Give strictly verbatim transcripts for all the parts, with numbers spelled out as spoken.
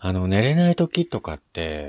あの、寝れない時とかって、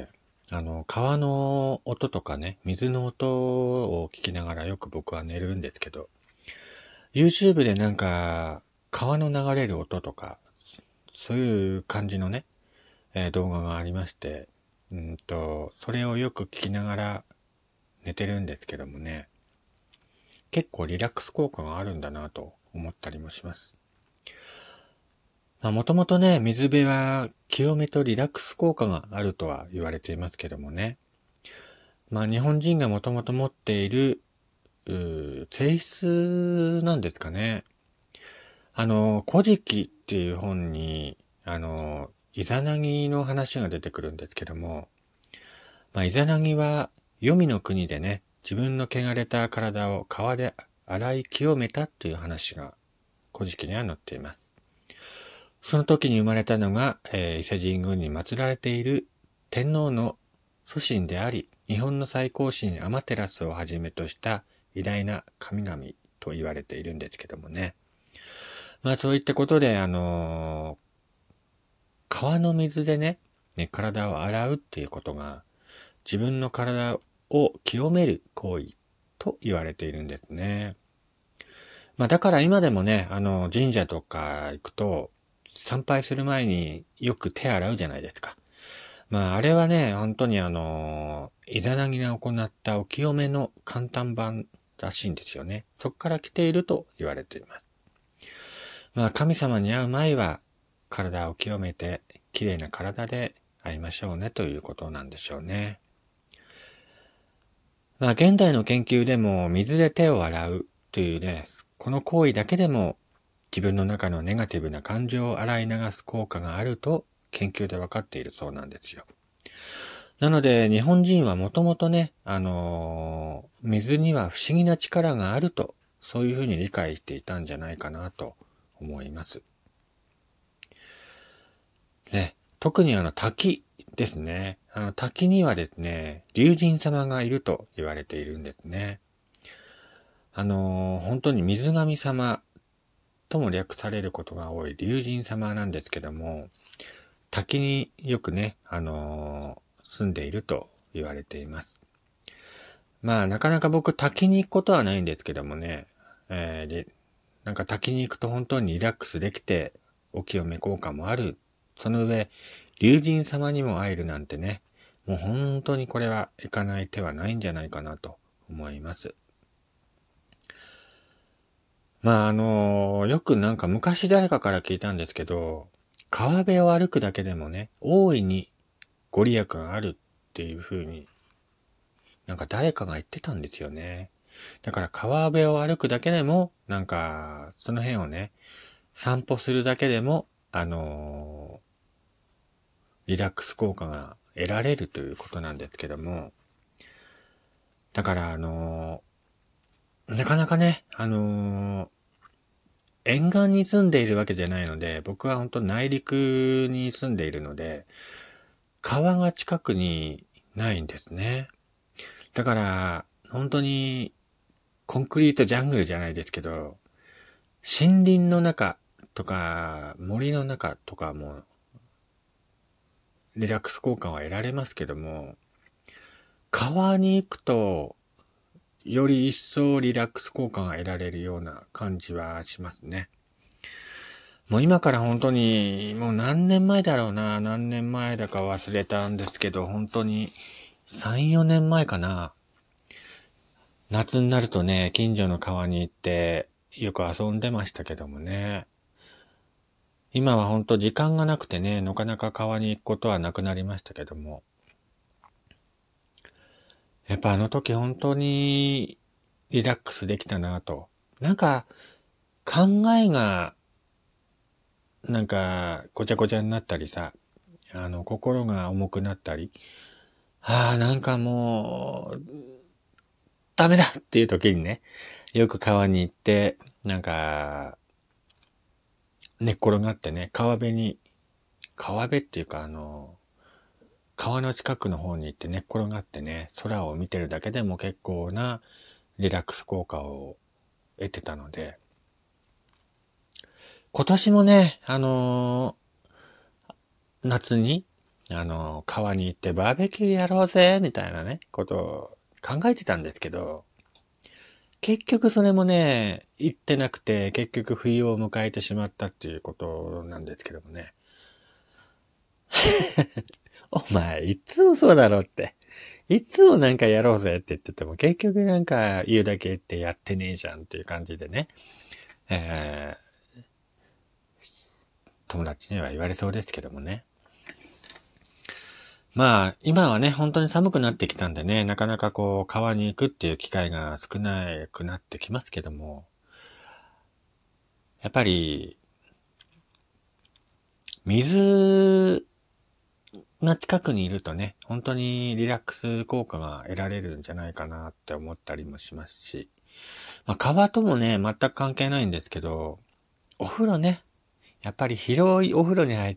あの、川の音とかね、水の音を聞きながらよく僕は寝るんですけど、YouTube でなんか、川の流れる音とか、そういう感じのね、えー動画がありまして、うんと、それをよく聞きながら寝てるんですけどもね、結構リラックス効果があるんだなと思ったりもします。まあ、もともとね、水辺は清めとリラックス効果があるとは言われていますけどもね。まあ、日本人がもともと持っている、うー性質なんですかね。あの、古事記っていう本に、あの、イザナギの話が出てくるんですけども、まあ、イザナギは、黄泉の国でね、自分の汚れた体を川で洗い清めたっていう話が、古事記には載っています。その時に生まれたのが、えー伊勢神宮に祀られている天皇の祖神であり、日本の最高神アマテラスをはじめとした偉大な神々と言われているんですけどもね。まあそういったことで、あのー川の水でね、ね、体を洗うっていうことが、自分の体を清める行為と言われているんですね。まあだから今でもね、あの、神社とか行くと、参拝する前によく手洗うじゃないですか。まああれはね、本当にあの、イザナギが行ったお清めの簡単版らしいんですよね。そこから来ていると言われています。まあ神様に会う前は、体を清めて、綺麗な体で会いましょうねということなんでしょうね。まあ現代の研究でも水で手を洗うというね、この行為だけでも自分の中のネガティブな感情を洗い流す効果があると研究で分かっているそうなんですよ。なので日本人はもともとね、あのー水には不思議な力があると、そういうふうに理解していたんじゃないかなと思います。ね、特にあの滝ですね。あの滝にはですね、龍神様がいると言われているんですね。あのー本当に水神様とも略されることが多い龍神様なんですけども、滝によくね、あのー住んでいると言われています。まあ、なかなか僕滝に行くことはないんですけどもね、えーでなんか滝に行くと本当にリラックスできて、お清め効果もある。その上、龍神様にも会えるなんてね、もう本当にこれは行かない手はないんじゃないかなと思います。まあ、あのよくなんか昔誰かから聞いたんですけど、川辺を歩くだけでもね、大いにご利益があるっていう風に、なんか誰かが言ってたんですよね。だから川辺を歩くだけでも、なんか、その辺をね、散歩するだけでも、あのリラックス効果が得られるということなんですけども、だからあのなかなかね、あの沿岸に住んでいるわけじゃないので、僕は本当内陸に住んでいるので、川が近くにないんですね。だから、本当にコンクリートジャングルじゃないですけど、森林の中とか森の中とかもリラックス効果は得られますけども、川に行くとより一層リラックス効果が得られるような感じはしますね。もう今から本当に、もう何年前だろうな、何年前だか忘れたんですけど、本当にさん、よねんまえかな。夏になるとね、近所の川に行ってよく遊んでましたけどもね。今は本当時間がなくてね、なかなか川に行くことはなくなりましたけども。やっぱあの時本当にリラックスできたなと。なんか考えがなんかごちゃごちゃになったりさ、あの心が重くなったり、ああなんかもうダメだっていう時にね、よく川に行って、なんか寝っ転がってね、川辺に、川辺っていうかあの、川の近くの方に行って寝っ転がってね、空を見てるだけでも結構なリラックス効果を得てたので、今年もね、あのー夏にあの、川に行ってバーベキューやろうぜ、みたいなね、ことを考えてたんですけど、結局それもね、行ってなくて、結局冬を迎えてしまったっていうことなんですけどもね。お前、いつもそうだろって。いつもなんかやろうぜって言ってても、結局なんか言うだけ言ってやってねえじゃんっていう感じでね。えー、友達には言われそうですけどもね。まあ、今はね、本当に寒くなってきたんでね、なかなかこう、川に行くっていう機会が少なくなってきますけども、やっぱり、水が近くにいるとね、本当にリラックス効果が得られるんじゃないかなって思ったりもしますし、まあ、川ともね、全く関係ないんですけど、お風呂ね、やっぱり広いお風呂に入って、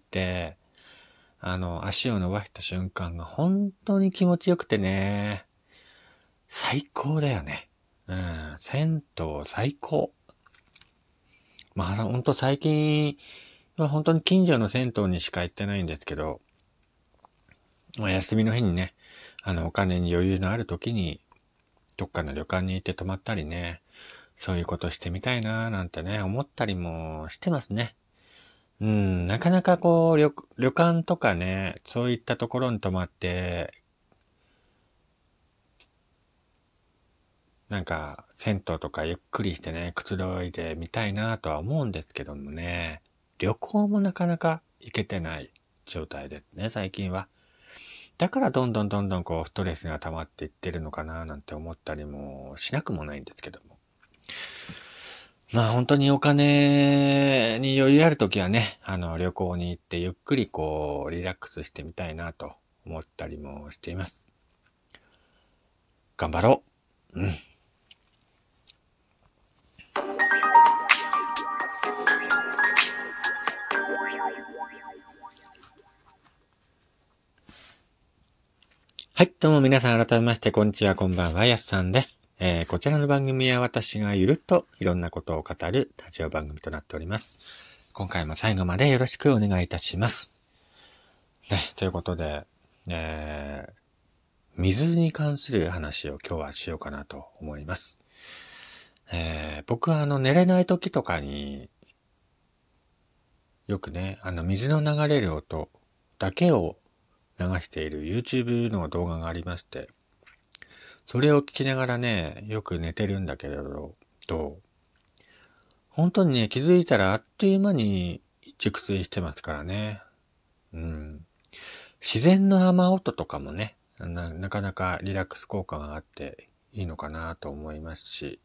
あの、足を伸ばした瞬間が本当に気持ちよくてね、最高だよね。うん、銭湯最高。まあ、ほんと最近は本当に近所の銭湯にしか行ってないんですけど、まあ、休みの日にね、あの、お金に余裕のある時に、どっかの旅館に行って泊まったりね、そういうことしてみたいなーなんてね、思ったりもしてますね。うん、なかなかこう、旅、旅館とかね、そういったところに泊まって、なんか、銭湯とかゆっくりしてね、くつろいでみたいなとは思うんですけどもね、旅行もなかなか行けてない状態ですね、最近は。だからどんどんどんどんこう、ストレスが溜まっていってるのかななんて思ったりもしなくもないんですけども。まあ本当にお金に余裕あるときはね、あの旅行に行ってゆっくりこうリラックスしてみたいなと思ったりもしています。頑張ろう。うん。はい、どうも皆さん改めましてこんにちは、こんばんは、やすさんです。えー、こちらの番組は私がゆるっといろんなことを語るラジオ番組となっております。今回も最後までよろしくお願いいたします。ね、ということで、えー、水に関する話を今日はしようかなと思います。えー、僕はあの寝れない時とかによくね、あの水の流れる音だけを流している YouTube の動画がありまして、それを聞きながらね、よく寝てるんだけれど、と、本当にね、気づいたらあっという間に熟睡してますからね。うん。自然の雨音とかもね、な、なかなかリラックス効果があっていいのかなと思いますし、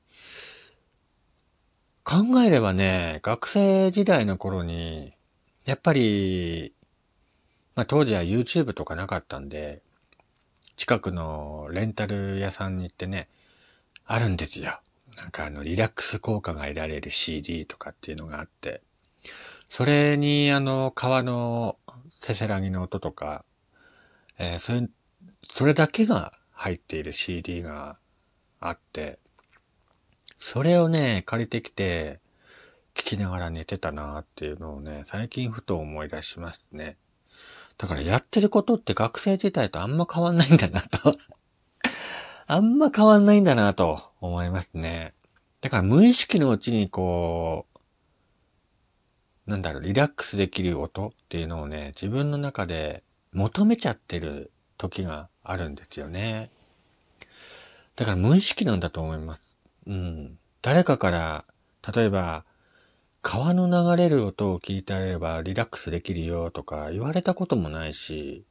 考えればね、学生時代の頃に、やっぱり、まあ当時は YouTube とかなかったんで、近くのレンタル屋さんに行ってね、あるんですよ。なんかあの、リラックス効果が得られる シーディー とかっていうのがあって、それにあの、川のせせらぎの音とか、えーそれ、それだけが入っている シーディー があって、それをね、借りてきて、聞きながら寝てたなっていうのをね、最近ふと思い出しますね。だからやってることって学生時代とあんま変わんないんだなとあんま変わんないんだなと思いますね。だから無意識のうちにこう、なんだろう、リラックスできる音っていうのをね、自分の中で求めちゃってる時があるんですよね。だから無意識なんだと思います。うん。誰かから、例えば、川の流れる音を聞いてあればリラックスできるよとか言われたこともないし、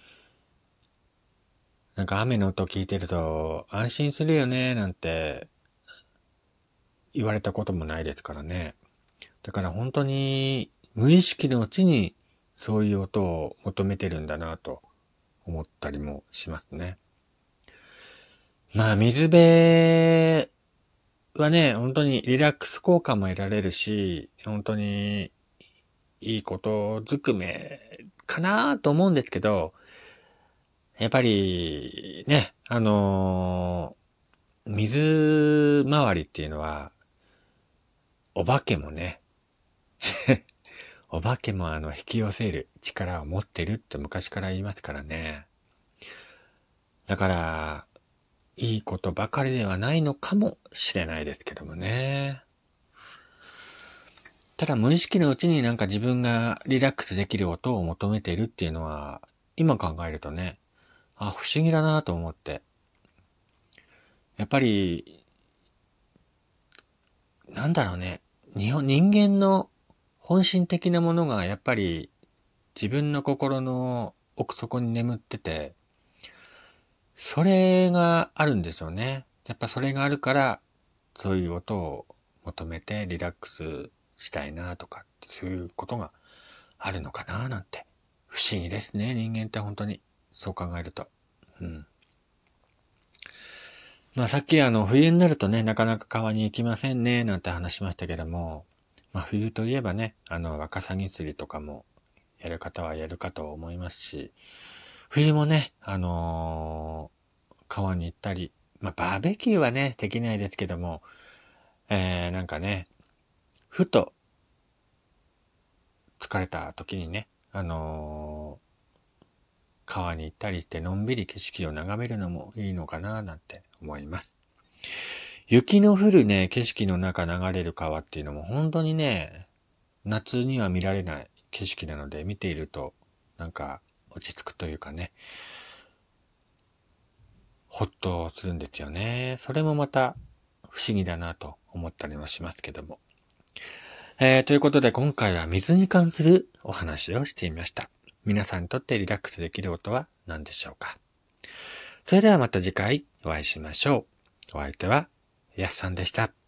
なんか雨の音聞いてると安心するよねなんて言われたこともないですからね。だから本当に無意識のうちにそういう音を求めてるんだなと思ったりもしますね。まあ水辺はね、本当にリラックス効果も得られるし、本当にいいことずくめかなと思うんですけど、やっぱりね、あのー水回りっていうのは、お化けもね、 お化けもあの引き寄せる力を持ってるって昔から言いますからね。だから、いいことばかりではないのかもしれないですけどもね。ただ無意識のうちになんか自分がリラックスできる音を求めているっていうのは、今考えるとね、あ、不思議だなと思って。やっぱり、なんだろうね。日本、人間の本心的なものがやっぱり自分の心の奥底に眠ってて、それがあるんですよね。やっぱそれがあるから、そういう音を求めてリラックスしたいなとか、そういうことがあるのかななんて。不思議ですね、人間って本当に。そう考えると。うん。まあさっきあの冬になるとね、なかなか川に行きませんね、なんて話しましたけども、まあ冬といえばね、あのワカサギ釣りとかもやる方はやるかと思いますし、冬もね、あのー川に行ったり、まあバーベキューはね、できないですけども、えー、なんかね、ふと疲れた時にね、あのー川に行ったりしてのんびり景色を眺めるのもいいのかななんて思います。雪の降るね、景色の中流れる川っていうのも本当にね、夏には見られない景色なので見ているとなんか落ち着くというかね、ほっとするんですよね。それもまた不思議だなと思ったりもしますけども。えー、ということで今回は水に関するお話をしてみました。皆さんにとってリラックスできる音は何でしょうか。それではまた次回お会いしましょう。お相手はやすさんでした。